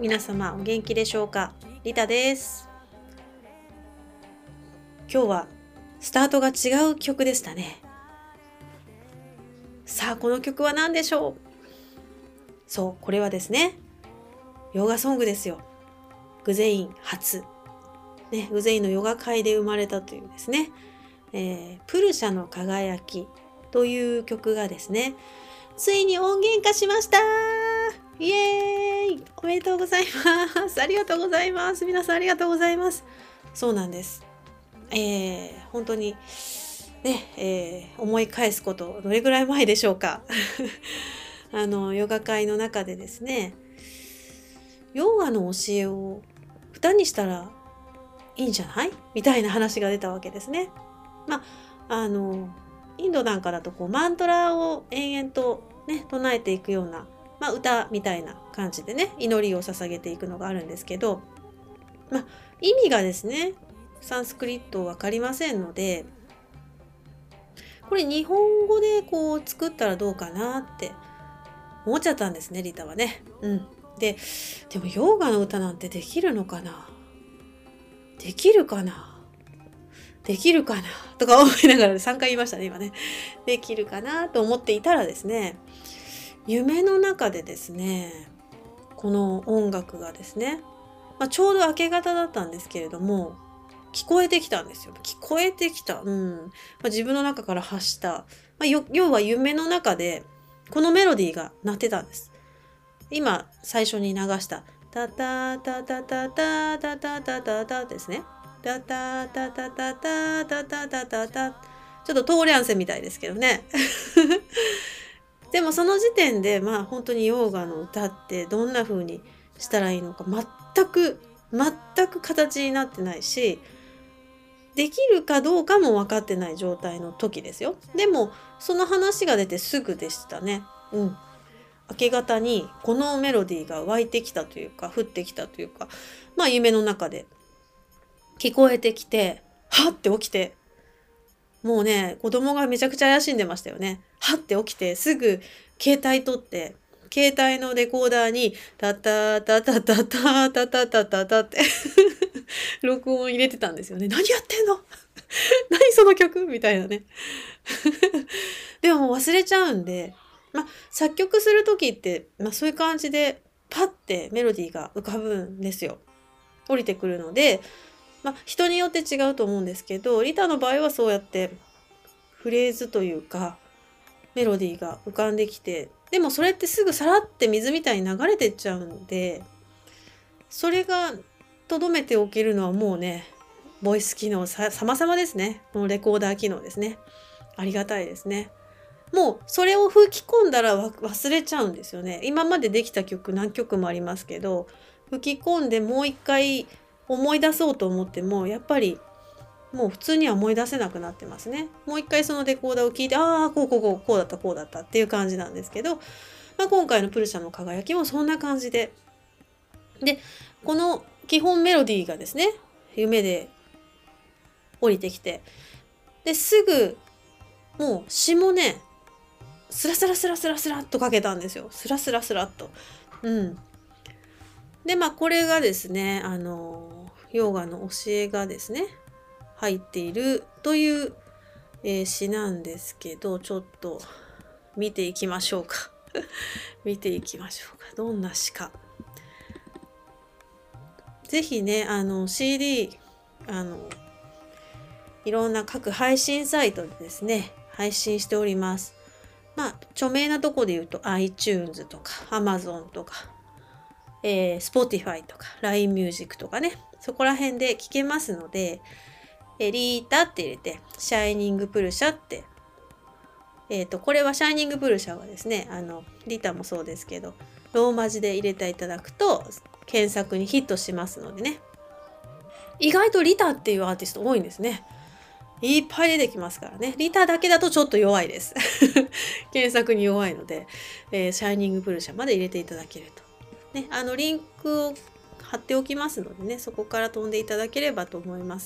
皆様お元気でしょうか。リタです。今日はスタートが違う曲でしたね。さあ、この曲は何でしょう。そう、これはですね、ヨガソングですよ。グゼイン初。ね、グゼインのヨガ界で生まれたというですね、プルシャの輝きという曲がですね、ついに音源化しました。イエーイ、おめでとうございます。ありがとうございます。皆さんありがとうございます。そうなんです。本当にね、思い返すことどれぐらい前でしょうか。ヨガ界の中でですね、ヨガの教えを歌にしたらいいんじゃないみたいな話が出たわけですね。インドなんかだとマントラを延々とね唱えていくような、歌みたいな感じでね祈りを捧げていくのがあるんですけど、意味がですねサンスクリットわかりませんので、これ日本語で作ったらどうかなって思っちゃったんですね、リタはね。でもヨガの歌なんてできるのかな、できるかなとか思いながら3回言いましたね、今ね。できるかなと思っていたらですね、夢の中でですね、この音楽がですね、ちょうど明け方だったんですけれども、聞こえてきたんですよ。聞こえてきた。自分の中から発した。要は夢の中で、このメロディーが鳴ってたんです。今、最初に流した。タタタタタタタタタタタですね。タタタタタタタタタタタ。ちょっとトーリャンセみたいですけどね。でもその時点で、本当にヨーガの歌ってどんな風にしたらいいのか全く形になってないし、できるかどうかも分かってない状態の時ですよ。でもその話が出てすぐでしたね。明け方にこのメロディーが湧いてきたというか降ってきたというか、夢の中で聞こえてきて、はって起きて、もうね子供がめちゃくちゃ怪しんでましたよね。はって起きてすぐ携帯取って、携帯のレコーダーにタタタタタタタタタタタって録音入れてたんですよね。何やってんの何その曲みたいなね。でももう忘れちゃうんで、作曲する時って、そういう感じでパッてメロディーが浮かぶんですよ。降りてくるので、人によって違うと思うんですけど、リタの場合はそうやってフレーズというかメロディーが浮かんできて、でもそれってすぐさらって水みたいに流れてっちゃうんで、それがとどめておけるのはもうね、ボイス機能様々ですね。このレコーダー機能ですね。ありがたいですね。もうそれを吹き込んだら忘れちゃうんですよね。今までできた曲何曲もありますけど、吹き込んでもう一回思い出そうと思っても、やっぱりもう普通には思い出せなくなってますね。もう一回そのレコーダーを聞いて、こうだったっていう感じなんですけど、今回のプルシャの輝きもそんな感じで。で、この基本メロディーがですね、夢で降りてきて、ですぐもう詩もね、スラスラスラスラスラっとかけたんですよ。スラスラスラっと。で、これがですね、ヨガの教えがですね、入っているという、詩なんですけど、ちょっと見ていきましょうか。見ていきましょうか。どんな詩か。ぜひね、CD、いろんな各配信サイトでですね、配信しております。著名なとこで言うと iTunes とか Amazon とか、Spotify とか LINE Music とかね、そこら辺で聞けますので、リータって入れて、シャイニングプルシャって、これはシャイニングプルシャはですね、リータもそうですけど、ローマ字で入れていただくと、検索にヒットしますのでね。意外とリタっていうアーティスト多いんですね。いっぱい出てきますからね。リタだけだとちょっと弱いです。検索に弱いので、シャイニングプルシャまで入れていただけると。ね、リンクを貼っておきますのでね、そこから飛んでいただければと思います。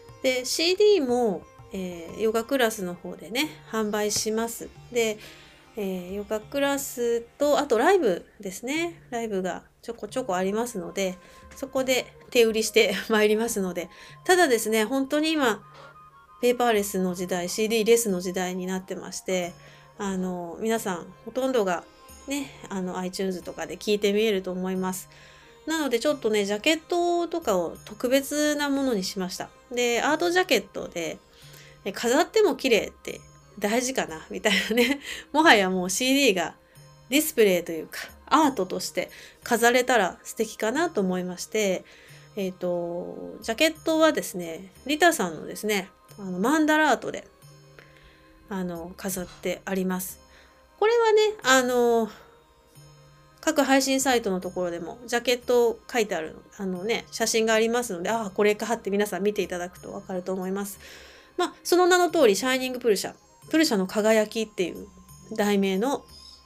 で、CD も、ヨガクラスの方でね、販売します。で、 ヨガクラスと、あとライブですね。ライブがちょこちょこありますので、そこで手売りしてまいりますので、ただですね、本当に今、ペーパーレスの時代、CD レスの時代になってまして、皆さんほとんどがね、iTunes とかで聞いてみえると思います。なのでちょっとね、ジャケットとかを特別なものにしました。で、アートジャケットで、飾っても綺麗って大事かなみたいなね。もはやもう CD がディスプレイというかアートとして飾れたら素敵かなと思いまして、ジャケットはですね、リタさんのですね、マンダラアートで飾ってあります。これはね、各配信サイトのところでもジャケット書いてある写真がありますので、これかって皆さん見ていただくとわかると思います。その名の通り、シャイニングプルシャの輝きっていう題名の、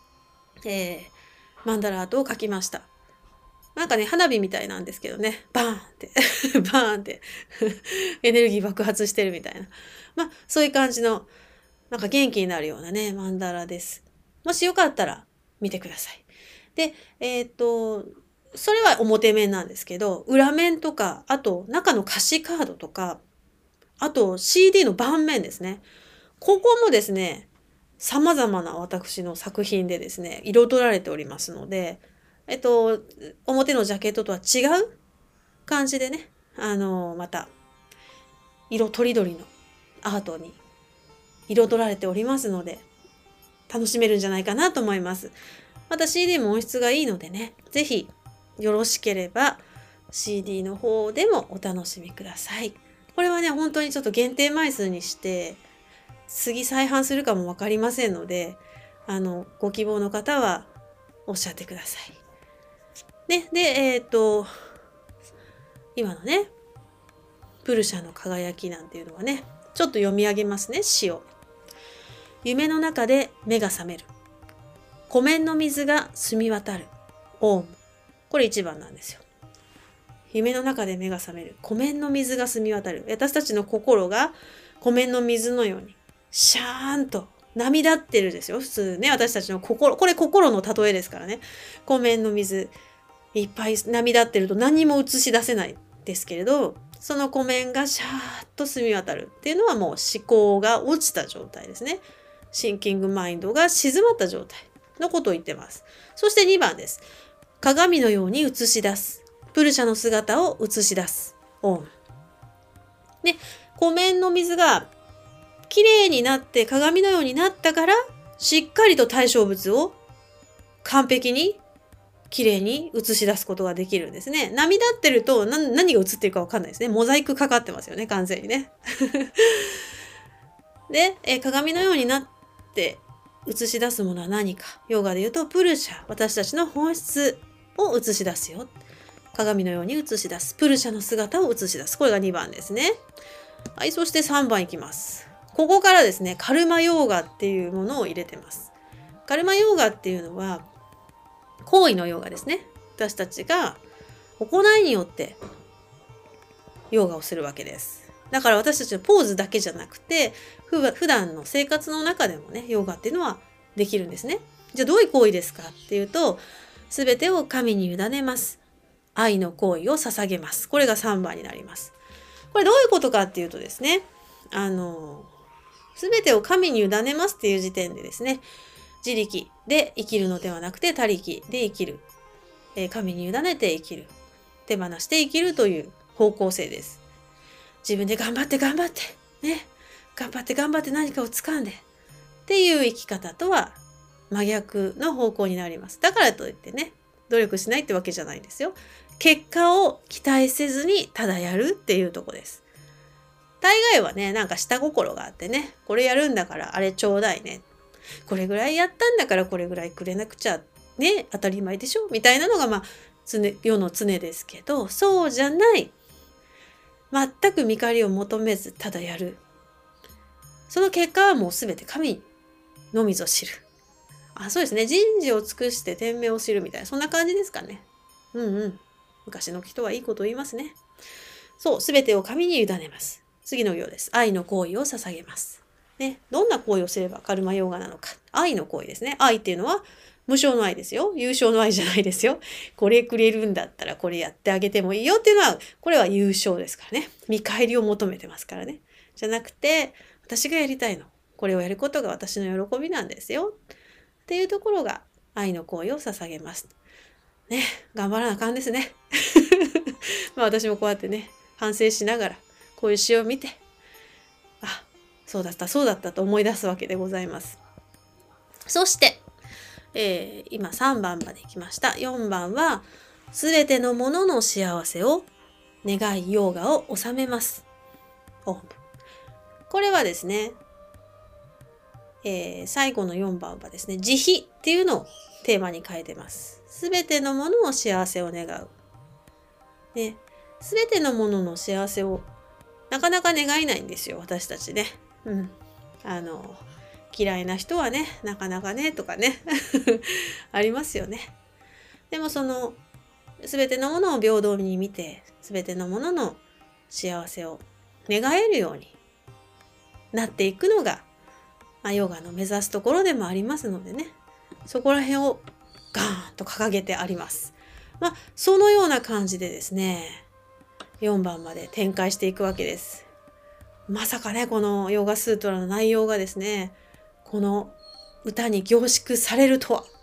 マンダラアートを描きました。なんかね、花火みたいなんですけどね、バーンってバーンってエネルギー爆発してるみたいな。そういう感じの、なんか元気になるようなね、マンダラです。もしよかったら見てください。で、それは表面なんですけど、裏面とか、あと中の歌詞カードとか、あと CD の盤面ですね。ここもですね、様々な私の作品でですね、彩られておりますので、表のジャケットとは違う感じでね、また、色とりどりのアートに彩られておりますので、楽しめるんじゃないかなと思います。また CD も音質がいいのでね、ぜひよろしければ CD の方でもお楽しみください。これはね、本当にちょっと限定枚数にして、次再販するかもわかりませんので、ご希望の方はおっしゃってください。ね、で、今のね、プルシャの輝きなんていうのはね、ちょっと読み上げますね、詩を。夢の中で目が覚める。湖面の水が澄み渡る。オウム。これ1番なんですよ。夢の中で目が覚める。湖面の水が澄み渡る。私たちの心が湖面の水のように、シャーンと波立ってるですよ。普通ね、私たちの心。これ心の例えですからね。湖面の水、いっぱい波立ってると何も映し出せないですけれど、その湖面がシャーッと澄み渡るっていうのはもう思考が落ちた状態ですね。シンキングマインドが静まった状態のことを言ってます。そして2番です。鏡のように映し出す。プルシャの姿を映し出す。オウム。で、湖面の水がきれいになって鏡のようになったから、しっかりと対象物を完璧にきれいに映し出すことができるんですね。波立ってると何が映ってるかわかんないですね。モザイクかかってますよね、完全にね。で、鏡のようになって映し出すものは何か。ヨガで言うと、プルシャ、私たちの本質を映し出すよ。鏡のように映し出す。プルシャの姿を映し出す。これが2番ですね。はい、そして3番いきます。ここからですね、カルマヨーガっていうものを入れてます。カルマヨーガっていうのは、行為のヨガですね。私たちが行いによってヨガをするわけです。だから私たちのポーズだけじゃなくて、普段の生活の中でもね、ヨガっていうのはできるんですね。じゃあどういう行為ですかっていうと、すべてを神に委ねます。愛の行為を捧げます。これが3番になります。これどういうことかっていうとですね、すべてを神に委ねますっていう時点でですね、自力で生きるのではなくて他力で生きる。神に委ねて生きる。手放して生きるという方向性です。自分で頑張って、ね。頑張って何かを掴んで。っていう生き方とは真逆の方向になります。だからといってね、努力しないってわけじゃないんですよ。結果を期待せずにただやるっていうとこです。大概はね、なんか下心があってね、これやるんだからあれちょうだいね。これぐらいやったんだからこれぐらいくれなくちゃね、当たり前でしょみたいなのが世の常ですけど、そうじゃない。全く見返りを求めずただやる。その結果はもうすべて神のみぞ知る。そうですね。人事を尽くして天命を知るみたいな、そんな感じですかね。昔の人はいいことを言いますね。そう、すべてを神に委ねます。次の行です。愛の行為を捧げます。 ね、どんな行為をすればカルマヨーガなのか。愛の行為ですね。愛っていうのは無償の愛ですよ。有償の愛じゃないですよ。これくれるんだったらこれやってあげてもいいよっていうのは、これは有償ですからね。見返りを求めてますからね。じゃなくて、私がやりたいの。これをやることが私の喜びなんですよ。っていうところが愛の行為を捧げます。ね、頑張らなあかんですね。まあ私もこうやってね、反省しながら、こういう詩を見て、あ、そうだった、そうだったと思い出すわけでございます。そして、今3番まで来ました。4番は、すべてのものの幸せを願いヨーガを収めます。これはですね、最後の4番はですね、慈悲っていうのをテーマに変えてます。すべてのものの幸せを願う。ね、すべてのものの幸せをなかなか願えないんですよ、私たちね。嫌いな人はね、なかなかね、とかね、ありますよね。でもすべてのものを平等に見て、すべてのものの幸せを願えるようになっていくのが、ヨガの目指すところでもありますのでね、そこら辺をガーンと掲げてあります。そのような感じでですね、4番まで展開していくわけです。まさかね、このヨガスートラの内容がですね、この歌に凝縮されるとは。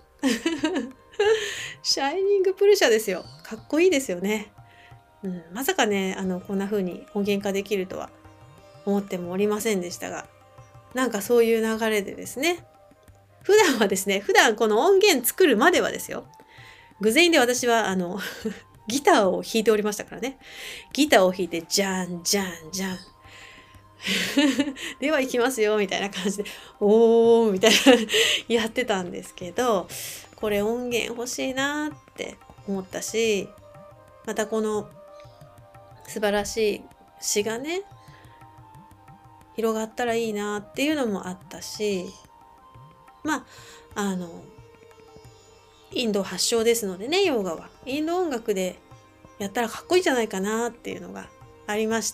シャイニングプルシャですよ。かっこいいですよね。まさかね、こんな風に音源化できるとは思ってもおりませんでしたが、なんかそういう流れでですね、普段この音源作るまではですよ、偶然で私はギターを弾いておりましたからね。ギターを弾いて、ジャン、ジャン、ジャン。では行きますよ、みたいな感じで、おー、みたいなやってたんですけど、これ音源欲しいなって思ったし、またこの素晴らしい詩がね、広がったらいいなっていうのもあったし、インド発祥ですのでね、ヨーガは。インド音楽でやったらかっこいいんじゃないかなっていうのがありまして、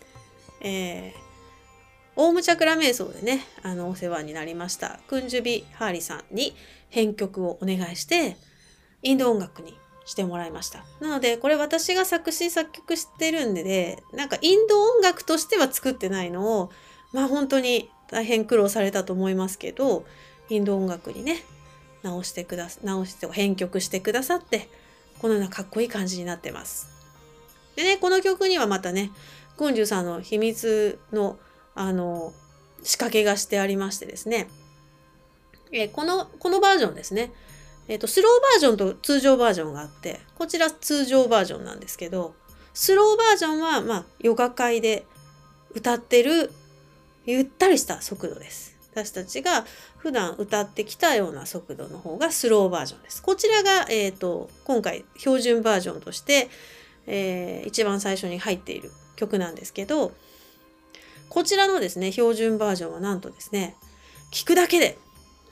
オームチャクラ瞑想でね、お世話になりましたクンジュビ・ハーリさんに編曲をお願いして、インド音楽にしてもらいました。なので、これ私が作詞作曲してるんで、なんかインド音楽としては作ってないのを、本当に大変苦労されたと思いますけど、インド音楽にね、直して編曲してくださって、このようなかっこいい感じになってます。でね、この曲にはまたね、クンジュさんの秘密の仕掛けがしてありましてですね、このバージョンですね、スローバージョンと通常バージョンがあって、こちら通常バージョンなんですけど、スローバージョンはヨガ会で歌ってるゆったりした速度です。私たちが普段歌ってきたような速度の方がスローバージョンです。こちらが、今回標準バージョンとして、一番最初に入っている曲なんですけど、こちらのですね、標準バージョンはなんとですね、聞くだけで、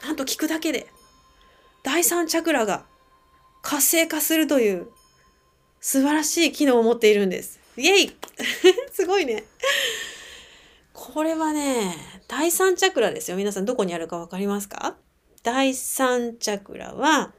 第三チャクラが活性化するという素晴らしい機能を持っているんです。イエイすごいね。これはね、第三チャクラですよ。皆さんどこにあるかわかりますか？第三チャクラは、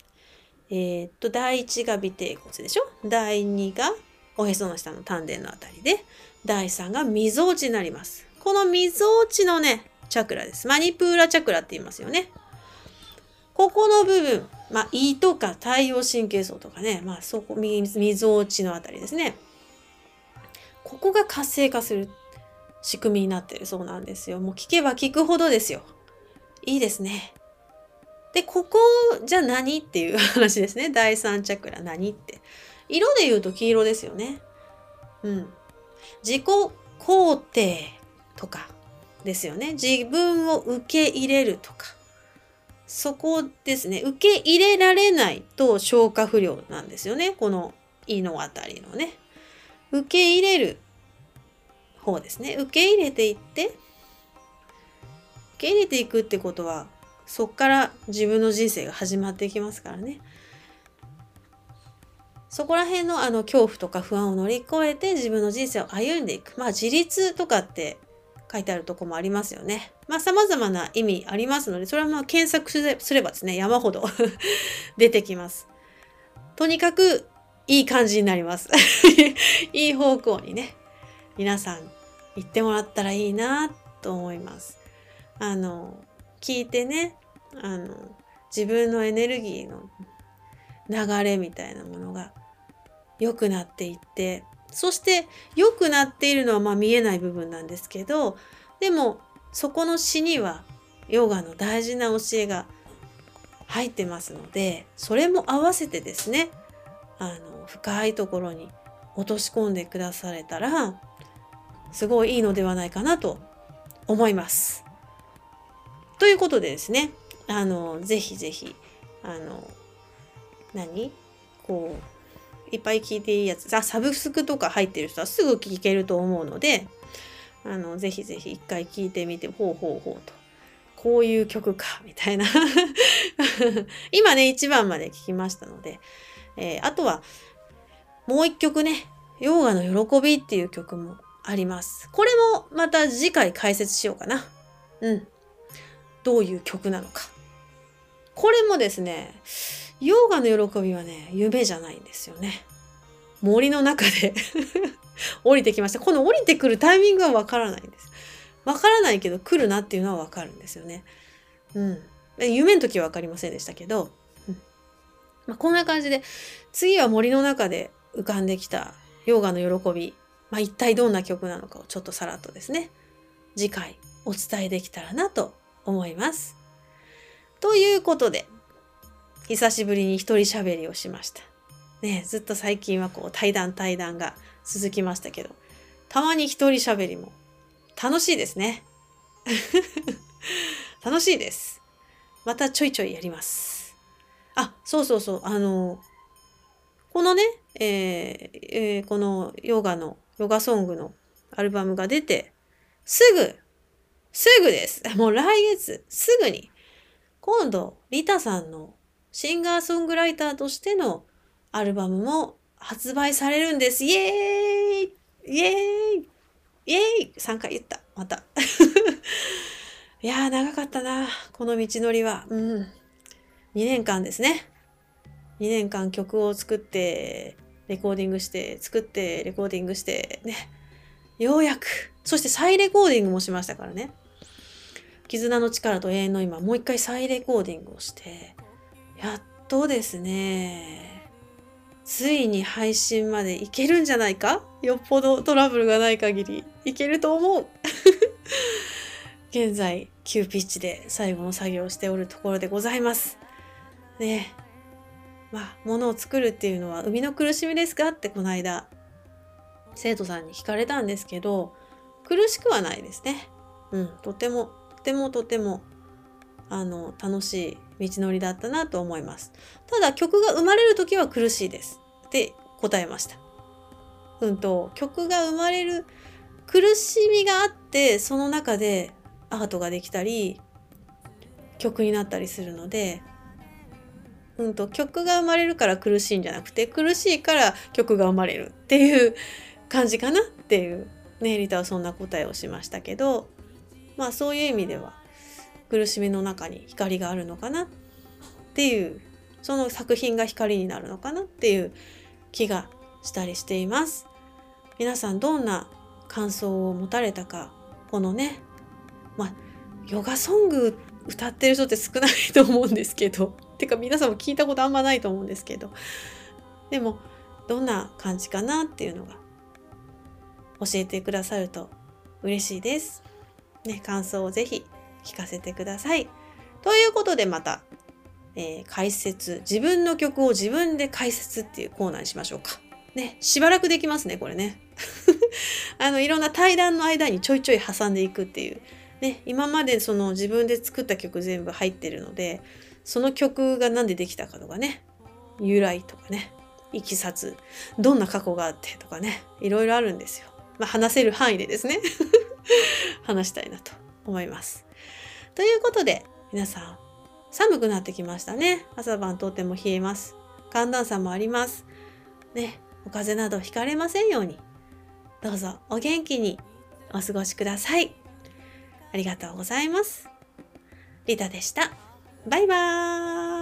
第一が尾てい骨でしょ？第二がおへその下の丹田のあたりで、第三がみぞおちになります。このみぞおちのね、チャクラです。マニプーラチャクラって言いますよね。ここの部分、胃とか太陽神経層とかね、そこ、みぞおちのあたりですね。ここが活性化する仕組みになっているそうなんですよ。もう聞けば聞くほどですよ。いいですね。で、ここじゃ何っていう話ですね。第三チャクラ何って。色で言うと黄色ですよね。自己肯定とかですよね。自分を受け入れるとか。そこですね。受け入れられないと消化不良なんですよね。この胃のあたりのね。受け入れる方ですね。受け入れていって、受け入れていくってことは、そこから自分の人生が始まっていきますからね。そこら辺の恐怖とか不安を乗り越えて自分の人生を歩んでいく。自立とかって書いてあるとこもありますよね。様々な意味ありますので、それは検索すればですね、山ほど出てきます。とにかくいい感じになります。いい方向にね、皆さん行ってもらったらいいなと思います。聞いてね、自分のエネルギーの流れみたいなものが良くなっていって、そして良くなっているのは見えない部分なんですけど、でもそこの詩にはヨガの大事な教えが入ってますので、それも合わせてですね、深いところに落とし込んでくだされたらすごいいいのではないかなと思います。ということでですね、ぜひぜひいっぱい聞いていいやつ、サブスクとか入ってる人はすぐ聞けると思うので、ぜひぜひ一回聞いてみて、ほうと、こういう曲かみたいな今ね1番まで聞きましたので、あとはもう一曲ね、ヨガの喜びっていう曲もあります。これもまた次回解説しようかな。どういう曲なのか。これもですね、ヨガの喜びはね、夢じゃないんですよね。森の中で降りてきました。この降りてくるタイミングはわからないんです。わからないけど来るなっていうのはわかるんですよね。夢の時はわかりませんでしたけど、こんな感じで、次は森の中で浮かんできたヨガの喜び、一体どんな曲なのかをちょっとさらっとですね、次回お伝えできたらなと思います。ということで、久しぶりに一人喋りをしました。ね、ずっと最近は対談が続きましたけど、たまに一人喋りも楽しいですね。楽しいです。またちょいちょいやります。そう。このね、このヨガソングのアルバムが出て、すぐです。もう来月、すぐに、今度、リタさんのシンガーソングライターとしてのアルバムも発売されるんです。イエーイイエーイイエーイ !3 回言った。また。いやー、長かったな。この道のりは。2年間ですね。2年間曲を作って、レコーディングして、レコーディングして、ね。ようやく。そして再レコーディングもしましたからね。絆の力と永遠の今、もう一回再レコーディングをして、やっとですね、ついに配信までいけるんじゃないか？よっぽどトラブルがない限りいけると思う。現在、急ピッチで最後の作業をしておるところでございます。ね。物を作るっていうのは生みの苦しみですかってこの間、生徒さんに聞かれたんですけど、苦しくはないですね。とても楽しい道のりだったなと思います。ただ曲が生まれる時は苦しいですって答えました。曲が生まれる苦しみがあって、その中でアートができたり曲になったりするので、曲が生まれるから苦しいんじゃなくて、苦しいから曲が生まれるっていう感じかなっていうね、リタはそんな答えをしましたけど、そういう意味では苦しみの中に光があるのかなっていう、その作品が光になるのかなっていう気がしたりしています。皆さんどんな感想を持たれたか、このね、ヨガソング歌ってる人って少ないと思うんですけど、てか皆さんも聞いたことあんまないと思うんですけど、でもどんな感じかなっていうのが教えてくださると嬉しいです。ね、感想をぜひ聞かせてください。ということでまた、解説、自分の曲を自分で解説っていうコーナーにしましょうか。ね、しばらくできますね、これね。いろんな対談の間にちょいちょい挟んでいくっていう。ね、今までその自分で作った曲全部入ってるので、その曲がなんでできたかとかね、由来とかね、いきさつ、どんな過去があってとかね、いろいろあるんですよ。話せる範囲でですね、話したいなと思います。ということで、皆さん、寒くなってきましたね。朝晩とても冷えます。寒暖差もあります。ね、お風邪などひかれませんように、どうぞお元気にお過ごしください。 ありがとうございます。リタでした。バイバーイ。